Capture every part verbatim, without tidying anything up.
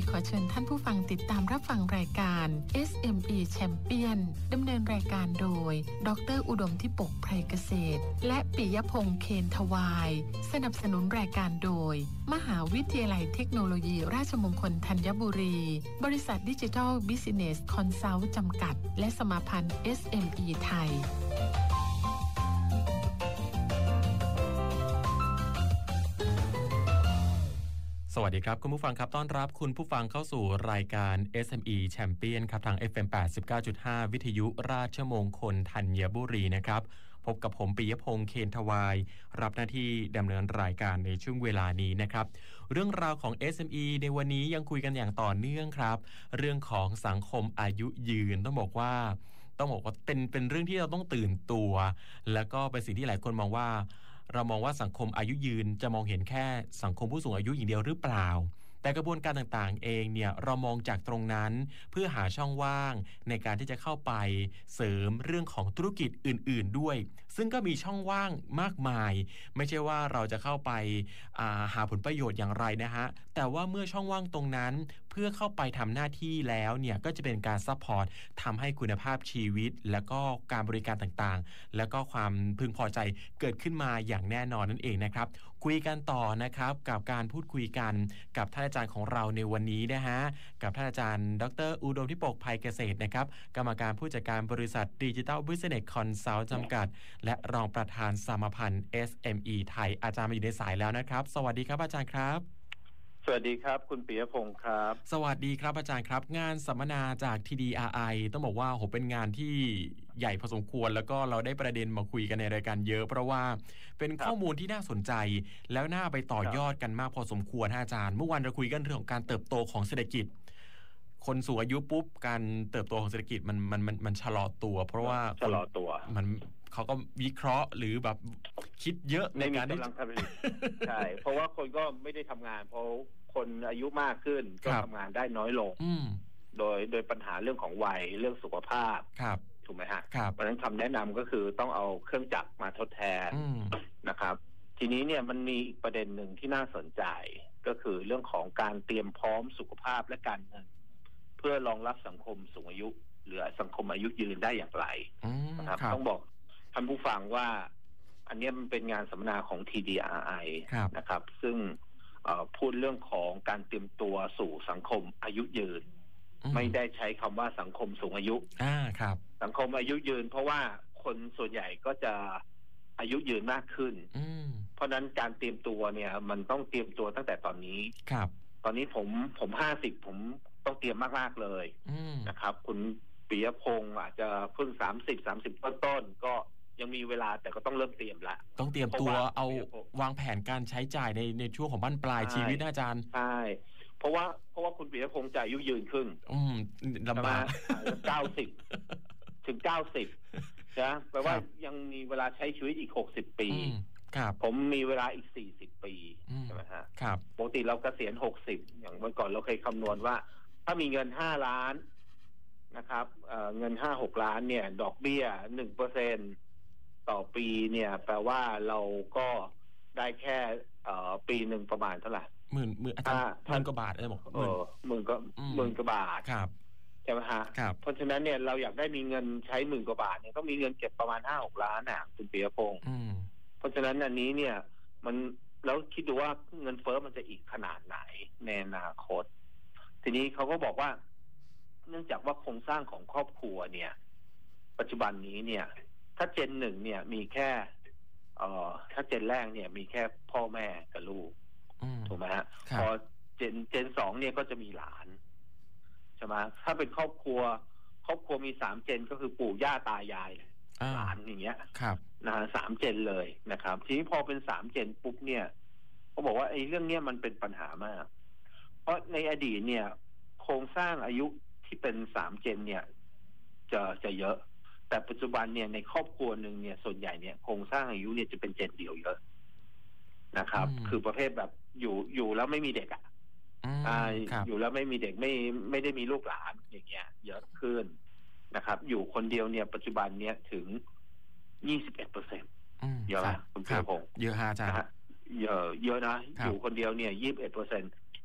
ขอเชิญท่านผู้ฟังติดตามรับฟังรายการ เอส เอ็ม อี Champion ดำเนินรายการโดยดร.อุดมธิปกไพรเกษตรและปิยพงษ์เคนทวายสนับสนุนรายการโดยมหาวิทยาลัยเทคโนโลยีราชมงคลธัญบุรีบริษัทดิจิทัลบิสเนสคอนซัลท์จำกัดและสมาพันธ์ เอส เอ็ม อี ไทยสวัสดีครับคุณผู้ฟังครับต้อนรับคุณผู้ฟังเข้าสู่รายการ เอส เอ็ม อี Champion ครับทาง เอฟ เอ็ม แปดสิบเก้าจุดห้า วิทยุราชมงคลธัญบุรีนะครับพบกับผมปิยพงษ์เคนทวายรับหน้าที่ดำเนินรายการในช่วงเวลานี้นะครับเรื่องราวของ เอส เอ็ม อี ในวันนี้ยังคุยกันอย่างต่อเนื่องครับเรื่องของสังคมอายุยืนต้องบอกว่าต้องบอกว่าเป็นเป็นเรื่องที่เราต้องตื่นตัวแล้วก็เป็นสิ่งที่หลายคนมองว่าเรามองว่าสังคมอายุยืนจะมองเห็นแค่สังคมผู้สูงอายุอย่างเดียวหรือเปล่าแต่กระบวนการต่างๆเองเนี่ยเรามองจากตรงนั้นเพื่อหาช่องว่างในการที่จะเข้าไปเสริมเรื่องของธุรกิจอื่นๆด้วยซึ่งก็มีช่องว่างมากมายไม่ใช่ว่าเราจะเข้าไปาหาผลประโยชน์อย่างไรนะฮะแต่ว่าเมื่อช่องว่างตรงนั้นเพื่อเข้าไปทำหน้าที่แล้วเนี่ยก็จะเป็นการซัพพอร์ตทำให้คุณภาพชีวิตและก็การบริการต่างๆและก็ความพึงพอใจเกิดขึ้นมาอย่างแน่นอนนั่นเองนะครับคุยกันต่อนะครับกับการพูดคุยกันกับท่านอาจารย์ของเราในวันนี้นะฮะกับท่านอาจารย์ดร.อุดมธิปกไพรเกษตรนะครับกรรมการผู้จัดการบริษัทดิจิทัลบิสเนสคอนซัลท์จำกัดและรองประธานสมาพันธ์ เอส เอ็ม อี ไทยอาจารย์มาอยู่ในสายแล้วนะครับสวัสดีครับอาจารย์ครับสวัสดีครับคุณปิยพงศ์ครับสวัสดีครับอาจารย์ครับงานสัมมนาจาก ที ดี อาร์ ไอ ต้องบอกว่าโหเป็นงานที่ใหญ่พอสมควรแล้วก็เราได้ประเด็นมาคุยกันในรายการเยอะเพราะว่าเป็นข้อมูลที่น่าสนใจแล้วน่าไปต่อยอดกันมากพอสมควรอาจารย์เมื่อวานเราคุยกันเรื่องของการเติบโตของเศรษฐกิจคนสูงอายุปุ๊บการเติบโตของเศรษฐกิจมันมันมันมันชะลอตัวเพราะว่าชะลอตัวมันเขาก็วิเคราะห์หรือแบบคิดเยอะในการที่กำลังทำผลิตใช่เพราะว่าคนก็ไม่ได้ทำงานเพราะคนอายุมากขึ้นก็ทำงานได้น้อยลงโดยโดยปัญหาเรื่องของวัยเรื่องสุขภาพถูกไหมฮะเพราะฉะนั้นคำแนะนำก็คือต้องเอาเครื่องจักรมาทดแทนนะครับทีนี้เนี่ยมันมีอีกประเด็นหนึ่งที่น่าสนใจก็คือเรื่องของการเตรียมพร้อมสุขภาพและการเงินเพื่อรองรับสังคมสูงอายุหรือสังคมอายุยืนได้อย่างไรนะครับต้องบอกท่านผู้ฟังว่าอันนี้มันเป็นงานสัมมนาของ ที ดี อาร์ ไอ นะครับซึ่งพูดเรื่องของการเตรียมตัวสู่สังคมอายุยืนไม่ได้ใช้คำว่าสังคมสูงอายุอ่าครับสังคมอายุยืนเพราะว่าคนส่วนใหญ่ก็จะอายุยืนมากขึ้นเพราะนั้นการเตรียมตัวเนี่ยมันต้องเตรียมตัวตั้งแต่ตอนนี้ครับตอนนี้ผมผมห้าสิบผมต้องเตรียมมากๆเลยนะครับคุณปิยพงศ์อาจจะเพิ่งสามสิบสามสิบต้นๆก็ยังมีเวลาแต่ก็ต้องเริ่มเตรียมละต้องเตรียมตัวเอาวางแผนการใช้จ่ายในในช่วงของบั้นปลายชีวิตนะอาจารย์ใช่เพราะว่าเพราะว่าคุณปิยพงศ์จะอายุยืนขึ้นอืมลำบากเก้าสิบถึงเก้าสิบนะแปลว่ายังมีเวลาใช้ชีวิตอีกหกสิบปีครับผมมีเวลาอีกสี่สิบปีใช่ไหมฮะครับปกติเราเกษียณหกสิบอย่างเมื่อก่อนเราเคยคำนวณว่าถ้ามีเงินห้าล้านนะครับเอ่อเงินห้าหกล้านเนี่ยดอกเบี้ยหนึ่งเปอร์เซ็นต์ต่อปีเนี่ยแปลว่าเราก็ได้แค่เอ่อปีหนึ่งประมาณเท่าไหร่หมื่นหมื่นอาจารย์พันกว่าบาทเลยบอกเออหมื่นก็หมื่นกว่าบาทครับใช่ไหมฮะครับเพราะฉะนั้นเนี่ยเราอยากได้มีเงินใช้หมื่นกว่าบาทเนี่ยต้องมีเงินเก็บประมาณห้าหกล้านน่ะคุณปิยพงศ์เพราะฉะนั้นอันนี้เนี่ยมันแล้วคิดดูว่าเงินเฟ้อมันจะอีกขนาดไหนในอนาคตทีนี้เขาก็บอกว่าเนื่องจากว่าโครงสร้างของครอบครัวเนี่ยปัจจุบันนี้เนี่ยถ้าเจนหนึ่งเนี่ยมีแค่เอ่อถ้าเจนแรกเนี่ยมีแค่พ่อแม่กับลูกถูกไหมฮะพอเจนเจนสองเนี่ยก็จะมีหลานใช่ไหมถ้าเป็นครอบครัวครอบครัวมีสามเจนก็คือปู่ย่าตายายหลานอย่างเงี้ยนะฮะสามเจนเลยนะครับทีนี้พอเป็นสามเจนปุ๊บเนี่ยเขาบอกว่าไอ้เรื่องเนี้ยมันเป็นปัญหามากเพราะในอดีตเนี่ยโครงสร้างอายุที่เป็นสามเจนเนี่ยจะจะเยอะแต่ปัจจุบันเนี่ยในครอบครัวหนึ่งเนี่ยส่วนใหญ่เนี่ยโครงสร้างอายุเนี่ยจะเป็นเจนเดียวเยอะนะครับคือประเภทแบบอยู่อยู่แล้วไม่มีเด็กอ่ะอ่าอยู่แล้วไม่มีเด็กไม่ไม่ได้มีลูกหลานอย่างเงี้ยเยอะขึ้นนะครับอยู่คนเดียวเนี่ยปัจจุบันเนี่ยถึงยี่สิบเอ็ดเปอร์เซ็นต์เยอะนะคุณเพื่อนผมเยอะฮะอาจารย์เยอะเยอะนะอยู่คนเดียวเนี่ยยี่สิบเอ็ดเปอร์เซ็นต์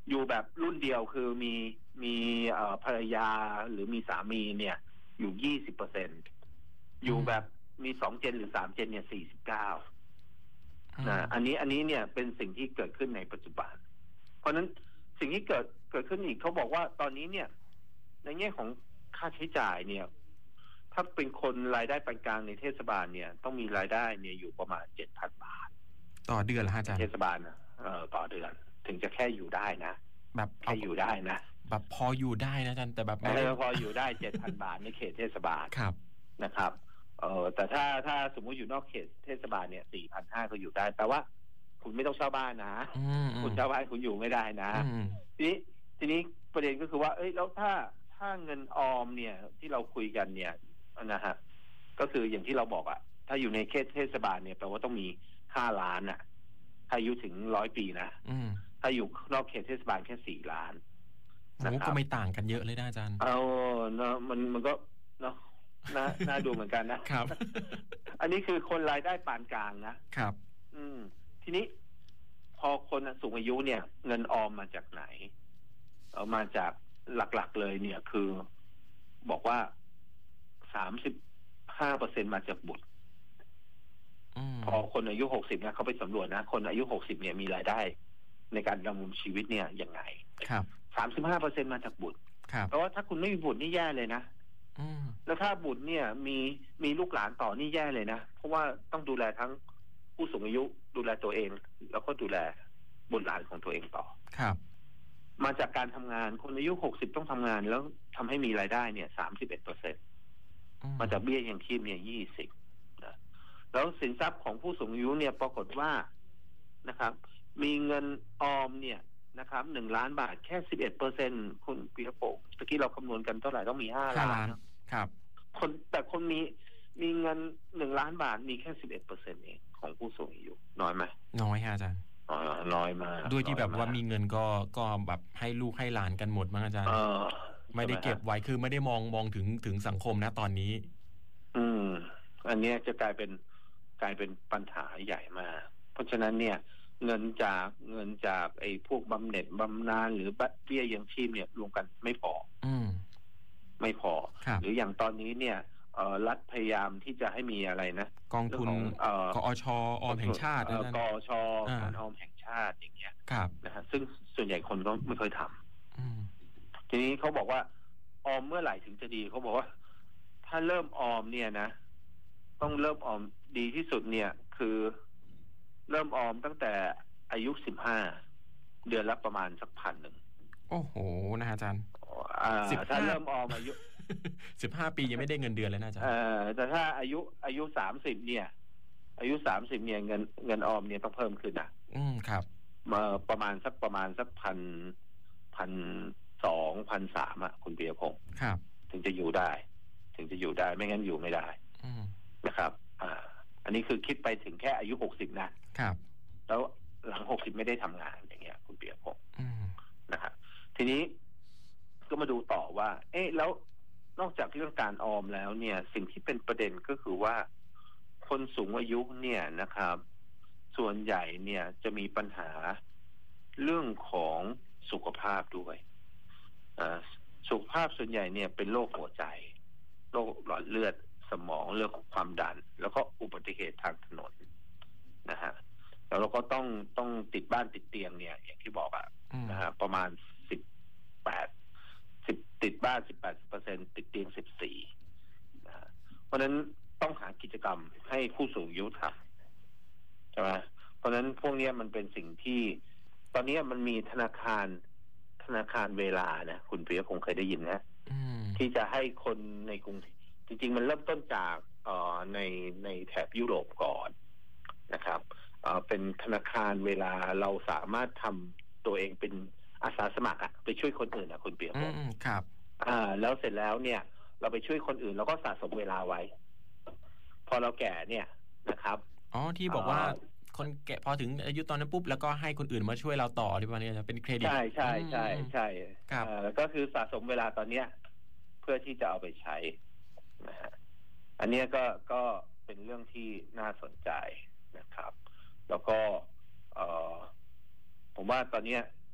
อยู่แบบรุ่นเดียวคือมีมีภรรยาหรือมีสามีเนี่ยอยู่ยี่สิบเปอร์เซ็นต์อยู่แบบมีสองเจนหรือสามเจนเนี่ยสี่สิบเก้านะอันนี้อันนี้เนี่ยเป็นสิ่งที่เกิดขึ้นในปัจจุบันเพราะฉะนั้นสิ่งที่เกิดเกิดขึ้นอีกเขาบอกว่าตอนนี้เนี่ยในแง่ของค่าใช้จ่ายเนี่ยถ้าเป็นคนรายได้ปานกลางในเทศบาลเนี่ยต้องมีรายได้เนี่ยอยู่ประมาณเจ็ดพันบาทต่อเดือนเหรออาจารย์เทศบาลนะเอ่อต่อเดือนถึงจะแค่อยู่ได้นะแบบแค่อยู่ได้นะแบบพออยู่ได้นะอาจารย์แต่แบบไม่พออยู่ได้เจ็ดพันบาทในเขตเทศบาลครับนะครับเออแต่ถ้าถ้าสมมุติอยู่นอกเขตเทศบาลเนี่ยสี่พันห้าก็อยู่ได้แต่ว่าคุณไม่ต้องเช่าบ้านนะคุณเช่าบ้านคุณอยู่ไม่ได้นะทีนี้ทีนี้ประเด็นก็คือว่าเอ้ยแล้วถ้าถ้าเงินออมเนี่ยที่เราคุยกันเนี่ยนะฮะก็คืออย่างที่เราบอกอะถ้าอยู่ในเขตเทศบาลเนี่ยแปลว่าต้องมีห้าล้านอะถ้าอายุถึงร้อยปีนะถ้าอยู่นอกเขตเทศบาลแค่สี่ล้านนะครับก็ไม่ต่างกันเยอะเลยนะอาจารย์เอาเนาะมันมันก็เนาะน่าน่าดูเหมือนกันนะครับ อันนี้คือคนรายได้ปานกลางนะครับอืมทีนี้พอคนสูงอายุเนี่ยเงินออมมาจากไหนเอามาจากหลักๆเลยเนี่ยคือบอกว่าสามสิบห้าเปอร์เซ็นต์มาจากบุตรพอคนอายุหกสิบนะเขาไปสำรวจนะคนอายุหกสิบเนี่ยมีรายได้ในการดำรงชีวิตเนี่ยยังไงครับสามสิบห้าเปอร์เซ็นต์มาจากบุตรเพราะว่าถ้าคุณไม่มีบุตรนี่แย่เลยนะแล้วถ้าบุตรเนี่ยมีมีลูกหลานต่อนี่แย่เลยนะเพราะว่าต้องดูแลทั้งผู้สูงอายุดูแลตัวเองแล้วก็ดูแลบุตรหลานของตัวเองต่อครับมาจากการทำงานคนอายุหกสิบต้องทำงานแล้วทำให้มีรายได้เนี่ยสามสิบเอ็ดเปอร์เซ็นต์มาจากเบี้ยยังชีพเนี่ยยี่สิบนะแล้วสินทรัพย์ของผู้สูงอายุเนี่ยปรากฏว่านะครับมีเงินออมเนี่ยนะครับหนึ่งล้านบาทแค่สิบเอ็ดเปอร์เซ็นต์คุณปีระโปงตะกี้เราคำนวณกันเท่าไหร่ต้องมีห้าล้านครับคนแต่คนมีมีเงินหนึ่งล้านบาทมีแค่สิบเอ็ดเปอร์เซ็นต์เองของผู้สูงอายุน้อยไหมน้อยฮะอาจารย์น้อยมากด้วยที่แบบว่ามีเงินก็ก็แบบให้ลูกให้หลานกันหมดมั้งอาจารย์ไม่ได้เก็บไว้คือไม่ได้มองมองถึงถึงสังคมนะตอนนี้อืมอันนี้จะกลายเป็นกลายเป็นปัญหาใหญ่มากเพราะฉะนั้นเนี่ยเงินจากเงินจากไอ้พวกบำเหน็จบำนาญหรือเบี้ยยังชีพเนี่ยรวมกันไม่พออืมไม่พอหรืออย่างตอนนี้เนี่ยรัฐพยายามที่จะให้มีอะไรนะกองทุนกอชออมแห่งชาติกอชการออมแห่งชาติอย่างเงี้ยนะฮะซึ่งส่วนใหญ่คนก็ไม่เคยทำทีนี้เขาบอกว่าออมเมื่อไหร่ถึงจะดีเขาบอกว่าถ้าเริ่มออมเนี่ยนะต้องเริ่มออมดีที่สุดเนี่ยคือเริ่มออมตั้งแต่อายุสิบห้าเดือนละประมาณสักพันหนึ่งโอ้โหนะอาจารย์ถ้าเริ่มออมอายุสิบห้าปียังไม่ได้เงินเดือนเลยนะอาจารย์แต่ถ้าอายุอายุสามสิบเนี่ยอายุสามสิบเนี่ยเงินเงินออมเนี่ยต้องเพิ่มขึ้นนะอืมครับมาประมาณสักประมาณสักพันพันสองพันสามอ่ะคุณเปียพงศ์ครับถึงจะอยู่ได้ ถึงจะอยู่ได้ไม่งั้นอยู่ไม่ได้นะครับอ่าอันนี้คือคิดไปถึงแค่อายุหกสิบนะครับแล้วหลังหกสิบไม่ได้ทำงานอย่างเงี้ยคุณเปียพงศ์นะครับทีนี้ก็มาดูต่อว่าเอ๊ะแล้วนอกจากเรื่องการออมแล้วเนี่ยสิ่งที่เป็นประเด็นก็คือว่าคนสูงอายุเนี่ยนะครับส่วนใหญ่เนี่ยจะมีปัญหาเรื่องของสุขภาพด้วยสุขภาพส่วนใหญ่เนี่ยเป็นโรคหัวใจโรคหลอดเลือดสมองเรื่องของความดันแล้วก็อุบัติเหตุทางถนนนะฮะแล้วเราก็ต้องต้องติดบ้านติดเตียงเนี่ยอย่างที่บอกอะนะฮะประมาณสิบแปดสิบติดบ้านสิบแปดเปอร์เซ็นต์ติดเตียงสิบสี่นะฮะเพราะฉะนั้นต้องหากิจกรรมให้ผู้สูงอายุทำใช่ไหมเพราะฉะนั้นพวกนี้มันเป็นสิ่งที่ตอนนี้มันมีธนาคารธนาคารเวลานะคุณเปียคงเคยได้ยินนะที่จะให้คนในกรุงจริงๆมันเริ่มต้นจากเอ่อในในแถบยุโรปก่อนนะครับเอ่อเป็นธนาคารเวลาเราสามารถทำตัวเองเป็นอาสาสมัครอะไปช่วยคนอื่นอะคุณเปียคงครับอ่าแล้วเสร็จแล้วเนี่ยเราไปช่วยคนอื่นเราก็สะสมเวลาไว้พอเราแก่เนี่ยนะครับอ๋อที่บอกว่าคนแก่พอถึงอายุตอนนั้นปุ๊บแล้วก็ให้คนอื่นมาช่วยเราต่อที่วันนี้จะเป็นเครดิตใช่ใช่ใช่ใช่ครับก็คือสะสมเวลาตอนเนี้ยเพื่อที่จะเอาไปใช้นะฮะอันนี้ก็ก็เป็นเรื่องที่น่าสนใจนะครับแล้วก็เอ่อผมว่าตอนนี้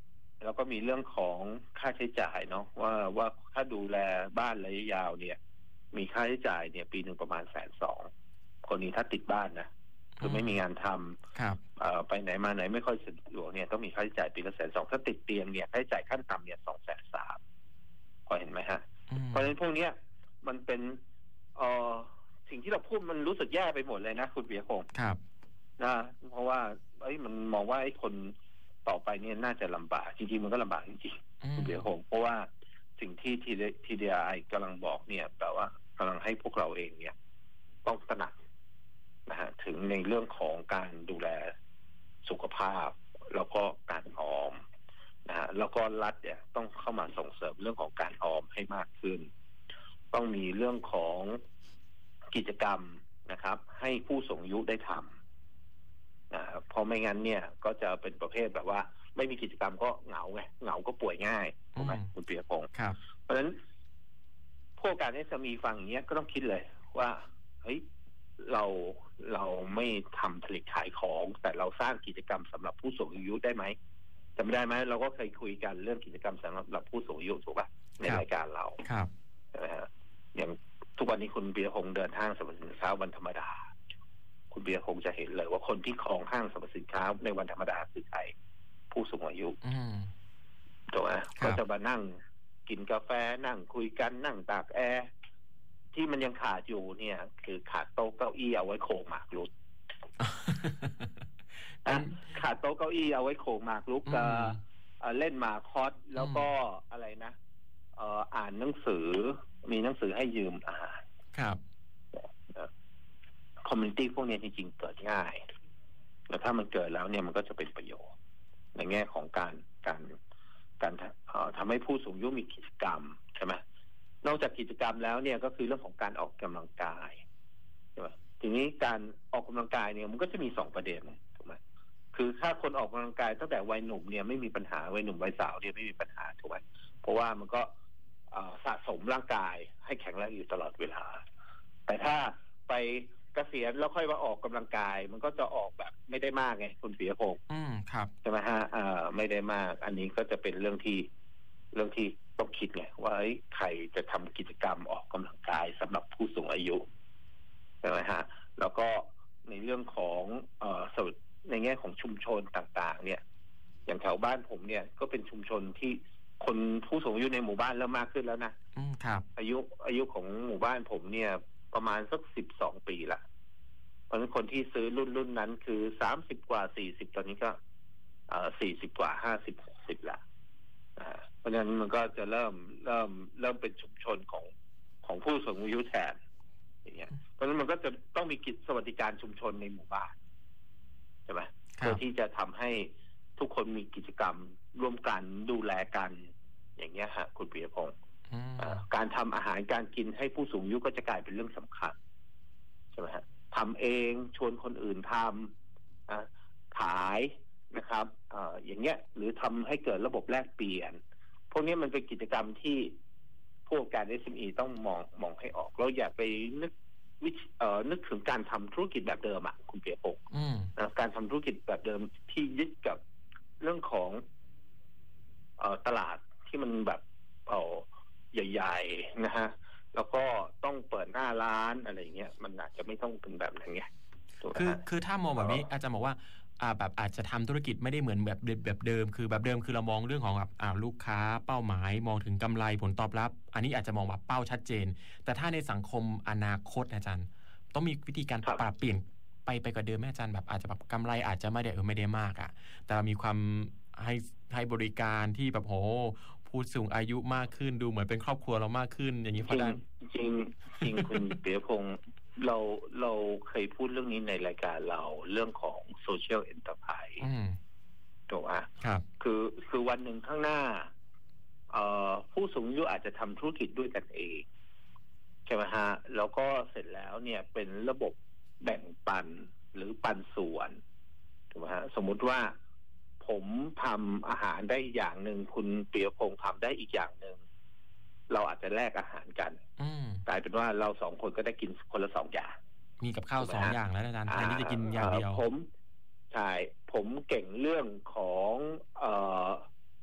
แล้วก็มีเรื่องของค่าใช้จ่ายเนาะว่าว่าถ้าดูแลบ้านระยะยาวเนี่ยมีค่าใช้จ่ายเนี่ยปีหนึ่งประมาณแสนสองคนนี้ถ้าติดบ้านนะคือไม่มีงานทำครับไปไหนมาไหนไม่ค่อยสะดวกเนี่ยต้องมีค่าใช้จ่ายปีละแสนสองถ้าติดเตียงเนี่ยค่าใช้จ่ายขั้นต่ำเนี่ยสองแสนสามพอเห็นไหมฮะเพราะฉะนั้นพวกเนี้ยมันเป็นเอ่อสิ่งที่เราพูดมันรู้สึกแย่ไปหมดเลยนะคุณเบียร์คงครับนะเพราะว่าไอ้มันมองว่าไอ้คนต่อไปเนี่ยน่าจะลำบากจริงๆมันก็ลำบากจริงๆคุณเบียร์คงเพราะว่าสิ่งที่ทีทีดีไอกำลังบอกเนี่ยแปลว่ากำลังให้พวกเราเองเนี่ยต้องตระหนักนะฮะถึงในเรื่องของการดูแลสุขภาพแล้วก็การออมนะฮะแล้วก็รัฐเนี่ยต้องเข้ามาส่งเสริมเรื่องของการออมให้มากขึ้นต้องมีเรื่องของกิจกรรมนะครับให้ผู้สูงอายุได้ทำนะเพราะไม่งั้นเนี่ยก็จะเป็นประเภทแบบว่าไม่มีกิจกรรมก็เหงาไงเหงาก็ป่วยง่ายถูกไหมคุณเปียพงศ์เพราะฉะนั้นพวกการเอสเอ็มอีฟังอย่างเงี้ยก็ต้องคิดเลยว่าเฮ้ยเราเราไม่ทำผลิตขายของแต่เราสร้างกิจกรรมสำหรับผู้สูงอายุได้ไหมจำได้ไหมเราก็เคยคุยกันเรื่องกิจกรรมสำหรับผู้สูงอายุถูกป่ะในรายการเราครับใช่ไหมฮะอย่างทุกวันนี้คุณเบียร์คงเดินห้างสรรพสินค้าวันธรรมดาคุณเบียร์คงจะเห็นเลยว่าคนที่ครองห้างสรรพสินค้าในวันธรรมดาคือใครผู้สูงอายุถูกไหมก็จะมานั่งกินกาแฟนั่งคุยกันนั่งตากแอร์ที่มันยังขาดอยู่เนี่ยคือขาดโต๊ะเก้าอี้เอาไว้โขกหมากรุกขาดโต๊ะเก้าอี้เอาไว้โขกหมากรุกเล่นหมากคอสแล้วก็อะไรนะอ่านหนังสือมีหนังสือให้ยืมอ่านครับคอมมูนิตี้พวกนี้จริงๆเกิดง่ายแล้วถ้ามันเกิดแล้วเนี่ยมันก็จะเป็นประโยชน์ในแง่ของการการการทำให้ผู้สูงอายุมีกิจกรรมใช่ไหมนอกจากกิจกรรมแล้วเนี่ยก็คือเรื่องของการออกกำลังกายใช่ไหมทีนี้การออกกำลังกายเนี่ยมันก็จะมีสองประเด็นถูกไหมคือถ้าคนออกกำลังกายตั้งแต่วัยหนุ่มเนี่ยไม่มีปัญหาวัยหนุ่มวัยสาวเนี่ยไม่มีปัญหาถูกไหมเพราะว่ามันก็สะสมร่างกายให้แข็งแรงอยู่ตลอดเวลาแต่ถ้าไปเกษียณแล้วค่อยมาออกกำลังกายมันก็จะออกแบบไม่ได้มากไงคุณเปียพงศ์อืมครับใช่ไหมฮะอ่าไม่ได้มากอันนี้ก็จะเป็นเรื่องที่เรื่องที่ต้องคิดไงว่าใครจะทำกิจกรรมออกกำลังกายสำหรับผู้สูงอายุใช่ไหมฮะแล้วก็ในเรื่องของเอ่อสดในแง่ของชุมชนต่างๆเนี่ยอย่างแถวบ้านผมเนี่ยก็เป็นชุมชนที่คนผู้สูงอายุในหมู่บ้านเริ่มมากขึ้นแล้วนะอืมครับอายุอายุของหมู่บ้านผมเนี่ยประมาณสักสิบสองปีละเพราะฉะนั้นคนที่ซื้อรุ่นรุ่นนั้นคือสามสิบกว่าสี่สิบตอนนี้ก็เอ่อสี่สิบกว่าห้าสิบหกสิบละเพราะฉะนั้นมันก็จะเริ่มเริ่มเริ่มเป็นชุมชนของของผู้สูงอายุแทนอย่างเงี้ยเพราะฉะนั้นมันก็จะต้องมีกิจสวัสดิการชุมชนในหมู่บ้านใช่ไหมเพื่อที่จะทำให้ทุกคนมีกิจกรรมร่วมกันดูแลกันอย่างเงี้ยฮะคุณปียพงศ์การทำอาหารการกินให้ผู้สูงอายุก็จะกลายเป็นเรื่องสำคัญใช่ไหมฮะทำเองชวนคนอื่นทำขายนะครับออย่างเงี้ยหรือทำให้เกิดระบบแลกเปลี่ยนพวกนี้มันเป็นกิจกรรมที่พวกการ เอส เอ็ม อี ต้องมองมองให้ออกเราอย่าไปนึกวิเอ่อนึกถึงการทำธุรกิจแบบเดิมอ่ะคุณเปียพงศ์นะการทำธุรกิจแบบเดิมที่ยึดกับเรื่องของเอ่อตลาดที่มันแบบเอ่อใหญ่ๆนะฮะแล้วก็ต้องเปิดหน้าร้านอะไรเงี้ยมันอาจจะไม่ต้องเป็นแบบนั้นไงคือคือถ้ามองแบบนี้อาจารย์บอกว่าอ่าแบบอาจจะทำธุรกิจไม่ได้เหมือนแบบแบบเดิมคือแบบเดิมคือเรามองเรื่องของแบบอ่าลูกค้าเป้าหมายมองถึงกำไรผลตอบรับอันนี้อาจจะมองแบบเป้าชัดเจนแต่ถ้าในสังคมอนาคตอาจารย์ต้องมีวิธีการปรับเปลี่ยนไปไปกว่าเดิมแม่อาจารย์แบบอาจจะแบบกำไรอาจจะไม่ได้เออไม่ได้มากอ่ะแต่เรามีความให้ให้บริการที่แบบโหผู้สูงอายุมากขึ้นดูเหมือนเป็นครอบครัวเรามากขึ้นอย่างนี้พอได้จริงจริงคุณเปียพงศ์เราเราเคยพูดเรื่องนี้ในรายการเราเรื่องของโซเชียลเอ็นเตอร์ไพรส์ถูกไหมครับคือคือวันหนึ่งข้างหน้าเอ่อผู้สูงอายุอาจจะทำธุรกิจด้วยกันเองใช่ไหมฮะแล้วก็เสร็จแล้วเนี่ยเป็นระบบแบ่งปันหรือปันส่วนถูกไหมฮะสมมุติว่าผมทำอาหารได้อย่างหนึ่งคุณเปียพงศ์ทำได้อีกอย่างหนึ่งเราอาจจะแลกอาหารกันกลายเป็นว่าเราสองคนก็ได้กินคนละสองอย่างมีกับข้าวสองอย่างแล้วอาจารย์แทนที่จะกินอย่างเดียวผมใช่ผมเก่งเรื่องของเอ่อ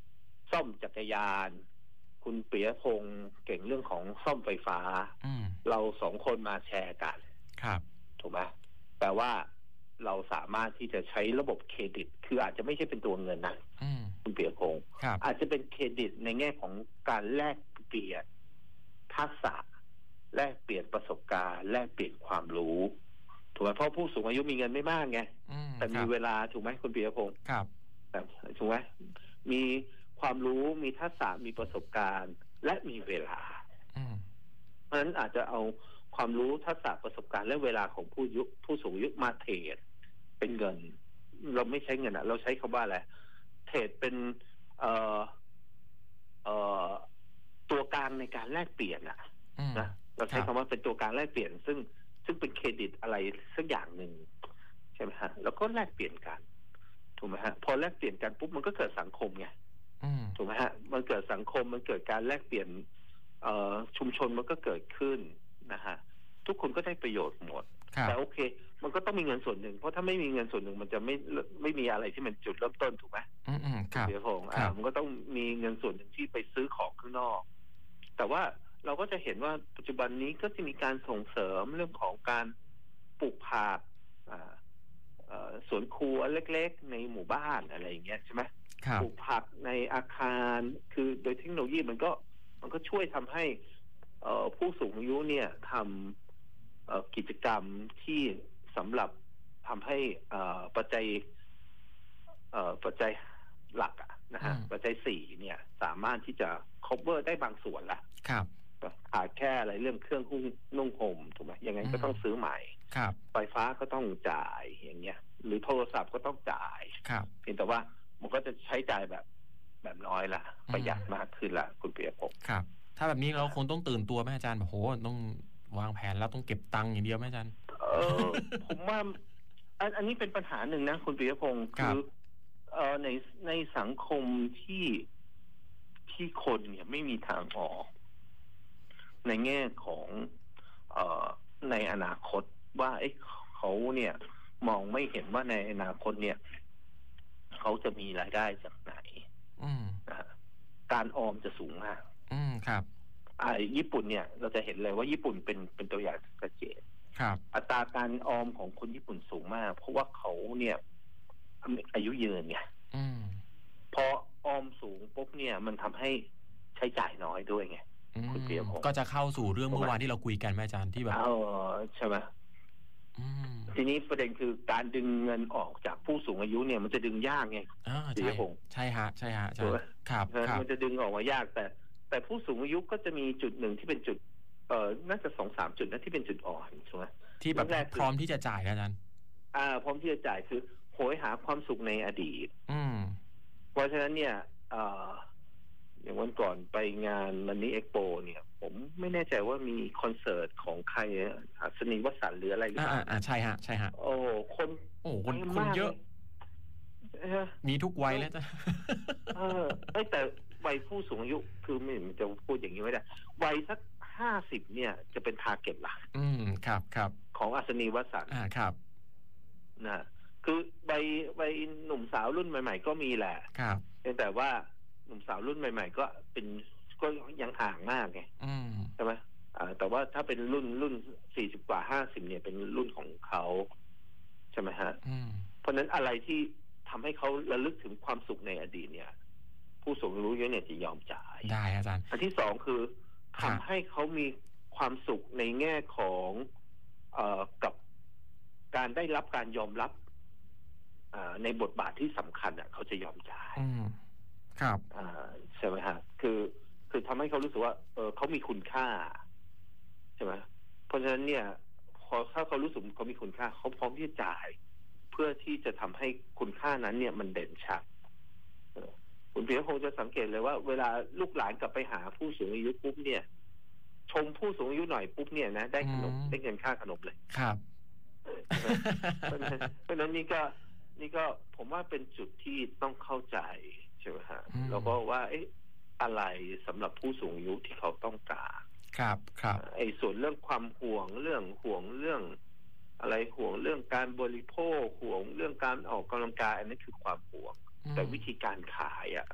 ซ่อมจักรยานคุณเปียพงษ์เก่งเรื่องของซ่อมไฟฟ้าเราสองคนมาแชร์กันครับถูกไหมแปลว่าเราสามารถที่จะใช้ระบบเครดิตคืออาจจะไม่ใช่เป็นตัวเงินนะคุณเปียพงษ์อาจจะเป็นเครดิตในแง่ของการแลกเปลี่ยนทักษะแลกเปลี่ยนประสบการณ์แลกเปลี่ยนความรู้ถูกไหมเพราะผู้สูงอายุมีเงินไม่มากไงแต่มีเวลาถูกไหมคุณเปียพงษ์ครับถูกไหมมีความรู้มีทักษะมีประสบการณ์และมีเวลาเพราะฉะนั้นอาจจะเอาความรู้ทักษะประสบการณ์และเวลาของผู้ยุผู้สูงอายุมาเทรดเป็นเงินเราไม่ใช้เงินอ่ะเราใช้คำว่าอะไรเทรดเป็นเอ่อเอ่อตัวกลางในการแลกเปลี่ยนอ่ะนะเราใช้คำว่าเป็นตัวกลางแลกเปลี่ยนซึ่งซึ่งเป็นเครดิตอะไรสักอย่างหนึ่งใช่ไหมฮะแล้วก็แลกเปลี่ยนกันถูกไหมฮะพอแลกเปลี่ยนกันปุ๊บมันก็เกิดสังคมไงถูกไหมฮะมันเกิดสังคมมันเกิดการแลกเปลี่ยนเอ่อชุมชนมันก็เกิดขึ้นนะฮะทุกคนก็ได้ประโยชน์หมดแต่โอเคมันก็ต้องมีเงินส่วนหนึ่งเพราะถ้าไม่มีเงินส่วนหนึ่งมันจะไม่ไม่มีอะไรที่มันจุดเริ่มต้นถูกไหมอืมอืมครับเดี๋ยวผมอ่ามันก็ต้องมีเงินส่วนหนึ่งที่ไปซื้อของข้างนอกแต่ว่าเราก็จะเห็นว่าปัจจุบันนี้ก็จะมีการส่งเสริมเรื่องของการปลูกผักอ่าสวนครัวเล็กๆในหมู่บ้านอะไรอย่างเงี้ยใช่ไหมปลูกผักในอาคารคือโดยเทคโนโลยีมันก็มันก็ช่วยทำให้ผู้สูงอายุเนี่ยทำกิจกรรมที่สำหรับทำให้ปัจจัยปัจจัยหลักนะฮะปัจจัยสี่เนี่ยสามารถที่จะ cover ได้บางส่วนละขาดแค่อะไรเรื่องเครื่องนุ่งห่มถูกไหมยังไงก็ต้องซื้อใหม่ไฟฟ้าก็ต้องจ่ายอย่างเงี้ยหรือโทรศัพท์ก็ต้องจ่ายเพียงแต่ว่ามันก็จะใช้จ่ายแบบแบบน้อยละประหยัดมากขึ้นละคุณเปียพงษ์ครับถ้าแบบนี้เราคงต้องตื่นตัวไหมอาจารย์แบบโหต้องวางแผนแล้วต้องเก็บตังค์อย่างเดียวไหมอาจารย์เออผมว่าอันอันนี้เป็นปัญหาหนึ่งนะคุณเปียพงษ์คือเอ่อในในสังคมที่ที่คนเนี่ยไม่มีทางออกในแง่ของเอ่อในอนาคตว่าไอ้เขาเนี่ยมองไม่เห็นว่าในอนาคตเนี่ยเขาจะมีรายได้จากไหนนะการออมจะสูงมากอืมครับอ่าญี่ปุ่นเนี่ยเราจะเห็นเลยว่าญี่ปุ่นเป็นเป็นตัวอย่างชัดเจนครับอัตราการออมของคนญี่ปุ่นสูงมากเพราะว่าเขาเนี่ยอายุยืนไงพอออมสูงปุ๊บเนี่ยมันทำให้ใช้จ่ายน้อยด้วยไงคุณเปียพงษ์ก็จะเข้าสู่เรื่องเมื่อวานที่เราคุยกันแม่อาจารย์ที่แบบเออใช่ไหมทีนี้ประเด็นคือการดึงเงินออกจากผู้สูงอายุเนี่ยมันจะดึงยากไงใช่ใช่ฮะใช่ฮะใช่ครับมันจะดึงออกมายากแต่แต่ผู้สูงอายุก็จะมีจุดหนึ่งที่เป็นจุดเอ่อน่าจะสองสามจุดนะที่เป็นจุดอ่อนใช่ไหมที่แบบพร้อมที่จะจ่ายอาจารย์อ่าพร้อมที่จะจ่ายคือโหยหาความสุขในอดีตอืมเพราะฉะนั้นเนี่ยเอ่ออย่างวันก่อนไปงานมันนี่เอ็กโปเนี่ยผมไม่แน่ใจว่ามีคอนเสิร์ตของใครอัศนีวสันต์หรืออะไรหรือเปล่าอ่าใช่ฮะใช่ฮะโอ้คนโอ้คนคนเยอะมีทุกวัยแล้วจ้ะเออแต่วัยผู้สูงอายุคือไม่จะพูดอย่างนี้ไม่ได้วัยสักห้าสิบเนี่ยจะเป็นทาร์เก็ตหลักอืมครับครับของอัศนีวสันต์อ่าครับนะคือวัยวัยหนุ่มสาวรุ่นใหม่ๆก็มีแหละครับแต่ว่าหนุ่มสาวรุ่นใหม่ๆก็เป็นก็ยังห่างมากไงใช่ไหมอ่าแต่ว่าถ้าเป็นรุ่นรุ่นสี่สิบกว่าห้าสิบเนี่ยเป็นรุ่นของเขาใช่ไหมฮะเพราะนั้นอะไรที่ทำให้เขาระลึกถึงความสุขในอดีตเนี่ยผู้สูงอายุเยอะเนี่ยจะยอมจ่ายได้อาจารย์อันที่สองคือทำให้เขามีความสุขในแง่ของเอ่อกับการได้รับการยอมรับในบทบาทที่สำคัญอ่ะเขาจะยอมจ่ายครับอ่าใช่ไหมฮะคือคือทำให้เขารู้สึกว่าเออเขามีคุณค่าใช่ไหมเพราะฉะนั้นเนี่ยพอถ้าเขารู้สึกเขามีคุณค่าเขาพร้อมที่จะจ่ายเพื่อที่จะทำให้คุณค่านั้นเนี่ยมันเด่นชัดคุณเพียรคงจะสังเกตเลยว่าเวลาลูกหลานกลับไปหาผู้สูงอายุปุ๊บเนี่ยชมผู้สูงอายุหน่อยปุ๊บเนี่ยนะได้ขนมได้เงินค่าขนมเลยครับเพราะฉะนั้นนี่ก็นี่ก็ผมว่าเป็นจุดที่ต้องเข้าใจใช่ไหมฮะแล้วก็ว่าเอ๊ะอะไรสำหรับผู้สูงอายุที่เขาต้องการครับครับไอ้ส่วนเรื่องความห่วงเรื่องห่วงเรื่องอะไรห่วงเรื่องการบริโภคห่วงเรื่องการออกกำลังกายอันนี้คือความห่วงแต่วิธีการขายอ่ะ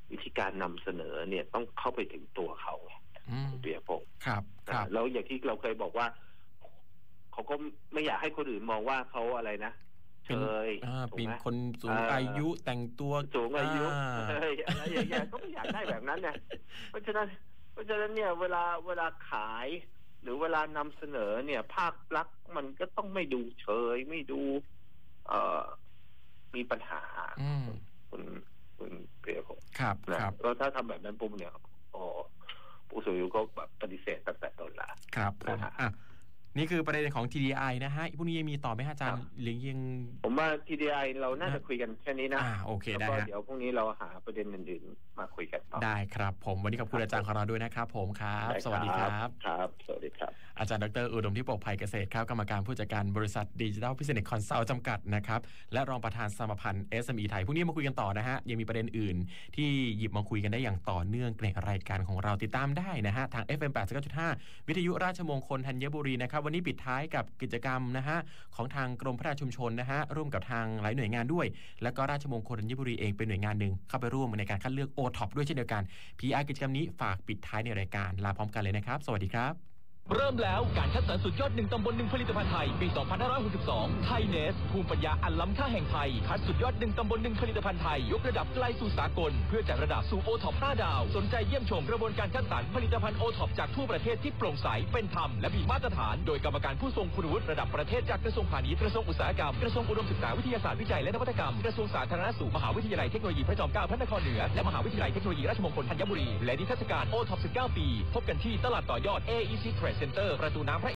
วิธีการนำเสนอเนี่ยต้องเข้าไปถึงตัวเขาเปียพงศ์ครับครับแล้วอย่างที่เราเคยบอกว่าเขาก็ไม่อยากให้คนอื่นมองว่าเขาอะไรนะเชยเป็นคนสูงอายุแต่งตัวสูงอายุอะไรอย่างเงี้ยก็ไม่อยากได้แบบนั้นนะเพราะฉะนั้นเพราะฉะนั้นเนี่ยเวลาเวลาขายหรือเวลานำเสนอเนี่ยภาพลักษณ์มันก็ต้องไม่ดูเฉยไม่ดูเอ่อมีปัญหาคุณคุณเปียพงศ์ครับครับแล้วถ้าทำแบบนั้นปุ๊บเนี่ยอ๋อผู้สูงอายุก็แบบปฏิเสธตั้งแต่ต้นละครับผมอ่ะนี่คือประเด็นของ ที ดี ไอ นะฮะพวกนี้ยังมีต่อไหมอาจารย์หรือยังผมว่า ที ดี ไอ เราน่าจะคุยกันแค่นี้นะอ่าโอเคได้ครับเดี๋ยวพรุ่งนี้เราหาประเด็นอื่นๆมาคุยกันต่อได้ครับผมวันนี้ขอบคุณอาจารย์ของเราด้วยนะครับผมครับสวัสดีครับครับสวัสดีครับอาจารย์ดรอุดมทิพย์ภัยเกษตรครับกรรมการผู้จัดการบริษัทดิจิทัลบิสเนสคอนซัลท์จำกัดนะครับและรองประธานสมาพันธ์ เอส เอ็ม อี ไทยพรุ่งนี้มาคุยกันต่อนะฮะยังมีประเด็นอื่นที่หยิบมาคุยกันได้อย่างต่อเนื่องในรายการของเราติดตามได้นะฮะทาง เอฟ เอ็ม แปดสิบเก้าจุดห้า วิทยุราชมงคลธัญบุรีนะครับวันนี้ปิดท้ายกับกิจกรรมนะฮะของทางกรมพัฒนาชุมชนนะฮะร่วมกับทางหลายหน่วยงานด้วยแล้วก็ราชมงคลธัญบุรีเองเป็นหน่วยงานหนึ่งเข้าไปร่วมในการคัดเลือก โอ ท็อป ด้วยเช่นเดียวกัน พี อาร์ กิจกรรมนี้ฝากปิดท้ายในรายการลาพร้อมกันเลยนะครับสวัสดีครับเริ่มแล้วการคัดสรรสุดยอดหนึ่งตำบลหนึ่งผลิตภัณฑ์ไทยปี สองพันห้าร้อยหกสิบสอง ไทยเนสภูมิปัญญาอันล้ำค่าแห่งไทยคัดสุดยอดหนึ่งตำบลหนึ่งผลิตภัณฑ์ไทยยกระดับไกลสู่สากลเพื่อจัดระดับสู่ โอ ท็อป ห้าดาวสนใจเยี่ยมชมกระบวนการคัดสรรผลิตภัณฑ์ โอ ท็อป จากทั่วประเทศที่โปร่งใสเป็นธรรมและมีมาตรฐานโดยกรรมการผู้ทรงคุณวุฒิระดับประเทศจากกระทรวงพาณิชย์กระทรวงอุตสาหกรรมกระทรวงอุดมศึกษาวิทยาศาสตร์วิจัยและนวัตกรรมกระทรวงสาธารณสุขมหาวิทยาลัยเทคโนโลยีพระจอมเกล้าพระนครเหนือและมหาวิทยาลัยเทคโนโลยีราชมงคลธัญบุรีและนิทรรศการ โอ ท็อป สิบเก้า ปีพบกันที่ตลาดต่อยอด เอ อี ซี Trade Center ประตูน้ำพระ